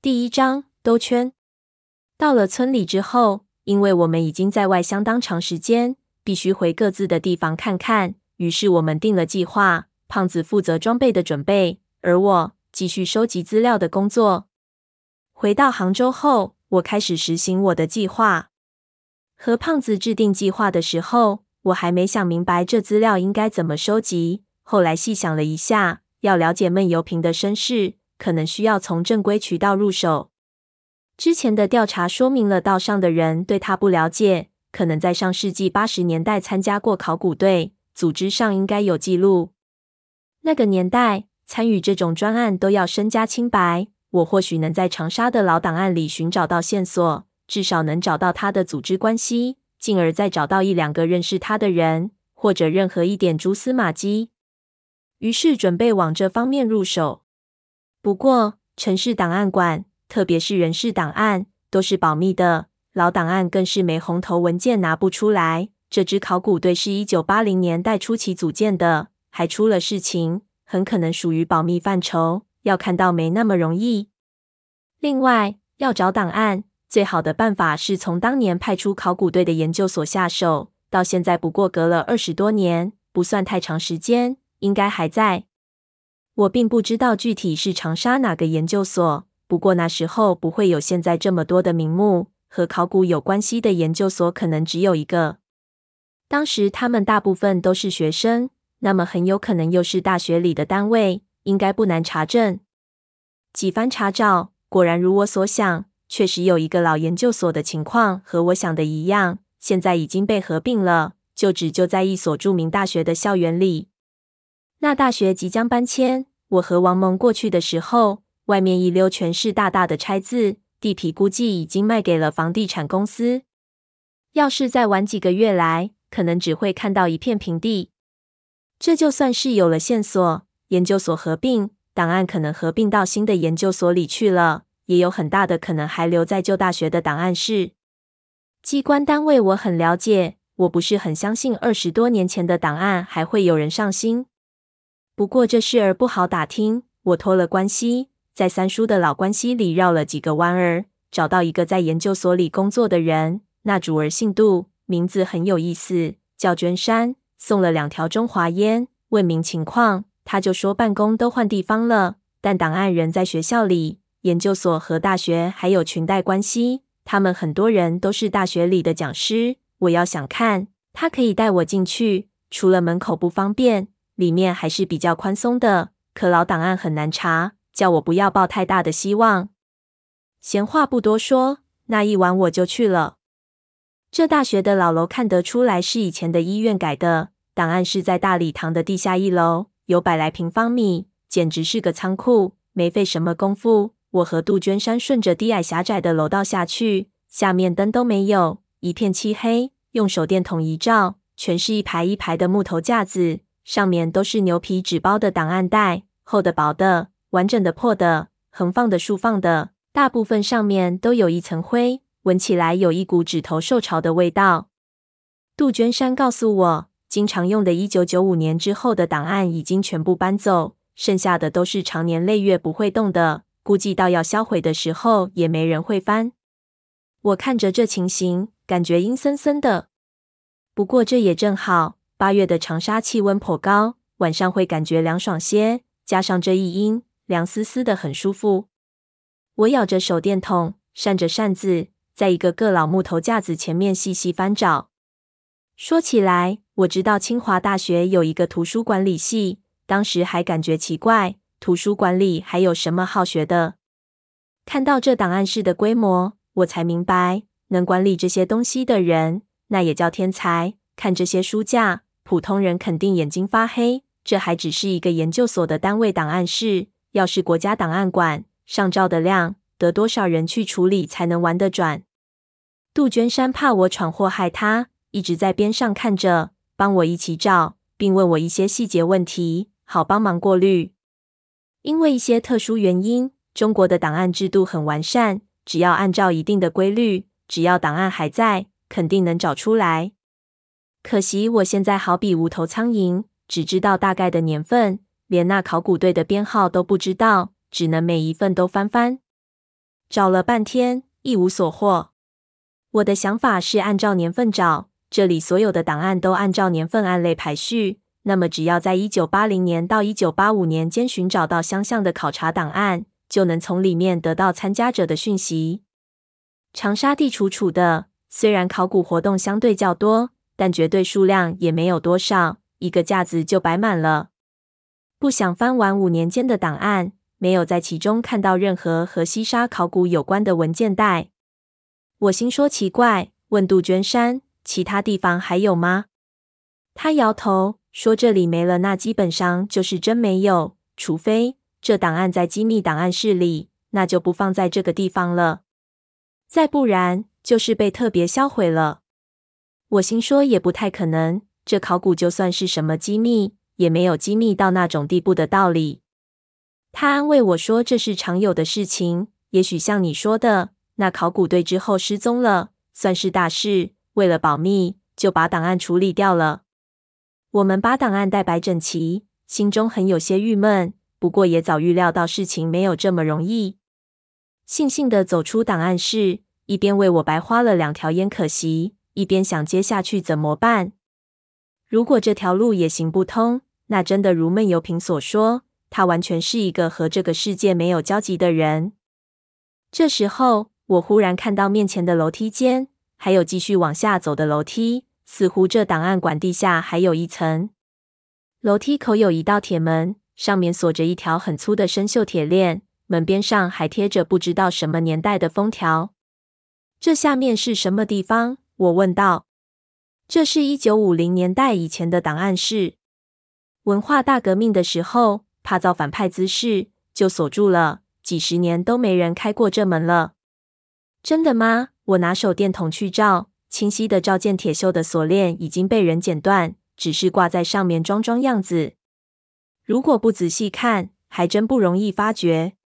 第1章兜圈。到了村里之后，因为我们已经在外相当长时间，必须回各自的地方看看，于是我们定了计划。胖子负责装备的准备，而我继续收集资料的工作。回到杭州后，我开始实行我的计划。和胖子制定计划的时候，我还没想明白这资料应该怎么收集。后来细想了一下，要了解闷油瓶的身世，可能需要从正规渠道入手。之前的调查说明了道上的人对他不了解，可能在上世纪80年代参加过考古队，组织上应该有记录。那个年代，参与这种专案都要身家清白，我或许能在长沙的老档案里寻找到线索，至少能找到他的组织关系，进而再找到1、2个认识他的人，或者任何一点蛛丝马迹。于是准备往这方面入手。不过，城市档案馆，特别是人事档案，都是保密的，老档案更是没红头文件拿不出来。这支考古队是1980年代初期组建的，还出了事情，很可能属于保密范畴，要看到没那么容易。另外，要找档案，最好的办法是从当年派出考古队的研究所下手，到现在不过隔了20多年，不算太长时间，应该还在。我并不知道具体是长沙哪个研究所，不过那时候不会有现在这么多的名目，和考古有关系的研究所可能只有1个。当时他们大部分都是学生，那么很有可能又是大学里的单位，应该不难查证。几番查找，果然如我所想，确实有1个老研究所的情况和我想的一样，现在已经被合并了，旧址就在一所著名大学的校园里。那大学即将搬迁，我和王蒙过去的时候，外面一溜全是大大的拆字，地皮估计已经卖给了房地产公司。要是再晚几个月来，可能只会看到一片平地。这就算是有了线索，研究所合并，档案可能合并到新的研究所里去了，也有很大的可能还留在旧大学的档案室。机关单位我很了解，我不是很相信20多年前的档案还会有人上心。不过这事儿不好打听，我托了关系，在三叔的老关系里绕了几个弯儿，找到一个在研究所里工作的人，那主儿姓杜，名字很有意思，叫娟山，送了2条中华烟，问明情况，他就说办公都换地方了，但档案人在学校里，研究所和大学还有裙带关系，他们很多人都是大学里的讲师，我要想看，他可以带我进去，除了门口不方便，里面还是比较宽松的，可老档案很难查，叫我不要抱太大的希望。闲话不多说，那一晚我就去了。这大学的老楼看得出来是以前的医院改的，档案室在大礼堂的地下1楼，有100来平方米，简直是个仓库，没费什么功夫。我和杜鹃山顺着低矮狭窄的楼道下去，下面灯都没有，一片漆黑，用手电筒一照，全是一排一排的木头架子，上面都是牛皮纸包的档案袋，厚的薄的，完整的破的，横放的竖放的，大部分上面都有一层灰，闻起来有一股指头受潮的味道。杜鹃山告诉我，经常用的1995年之后的档案已经全部搬走，剩下的都是常年累月不会动的，估计到要销毁的时候也没人会翻。我看着这情形，感觉阴森森的。不过这也正好，8月的长沙气温颇高，晚上会感觉凉爽些，加上这一阴，凉丝丝的很舒服。我咬着手电筒，扇着扇子，在一个个老木头架子前面细细翻找。说起来，我知道清华大学有一个图书管理系，当时还感觉奇怪，图书馆里还有什么好学的。看到这档案室的规模，我才明白，能管理这些东西的人，那也叫天才。看这些书架，普通人肯定眼睛发黑，这还只是一个研究所的单位档案室，要是国家档案馆，上照的量，得多少人去处理才能玩得转。杜鹃山怕我闯祸害他，一直在边上看着，帮我一起找，并问我一些细节问题，好帮忙过滤。因为一些特殊原因，中国的档案制度很完善，只要按照一定的规律，只要档案还在，肯定能找出来。可惜我现在好比无头苍蝇，只知道大概的年份，连那考古队的编号都不知道，只能每一份都翻翻。 找了半天，一无所获。我的想法是按照年份找，这里所有的档案都按照年份按类排序，那么只要在1980年到1985年间寻找到相像的考察档案，就能从里面得到参加者的讯息。长沙地处处的，虽然考古活动相对较多，但绝对数量也没有多少，一个架子就摆满了。不想翻完5年间的档案，没有在其中看到任何和西沙考古有关的文件袋。我心说奇怪，问杜鹃山，其他地方还有吗？他摇头说这里没了，那基本上就是真没有，除非这档案在机密档案室里，那就不放在这个地方了。再不然就是被特别销毁了。我心说也不太可能，这考古就算是什么机密，也没有机密到那种地步的道理。他安慰我说这是常有的事情，也许像你说的，那考古队之后失踪了，算是大事，为了保密，就把档案处理掉了。我们把档案袋摆整齐，心中很有些郁闷，不过也早预料到事情没有这么容易。悻悻地走出档案室，一边为我白花了2条烟可惜，一边想接下去怎么办。如果这条路也行不通，那真的如闷油瓶所说，他完全是一个和这个世界没有交集的人。这时候，我忽然看到面前的楼梯间，还有继续往下走的楼梯，似乎这档案馆地下还有一层。楼梯口有一道铁门，上面锁着一条很粗的生锈铁链，门边上还贴着不知道什么年代的封条。这下面是什么地方？我问道。这是1950年代以前的档案室。文化大革命的时候，怕造反派滋事，就锁住了，几10年都没人开过这门了。真的吗？我拿手电筒去照，清晰的照见铁锈的锁链已经被人剪断，只是挂在上面装样子。如果不仔细看，还真不容易发觉。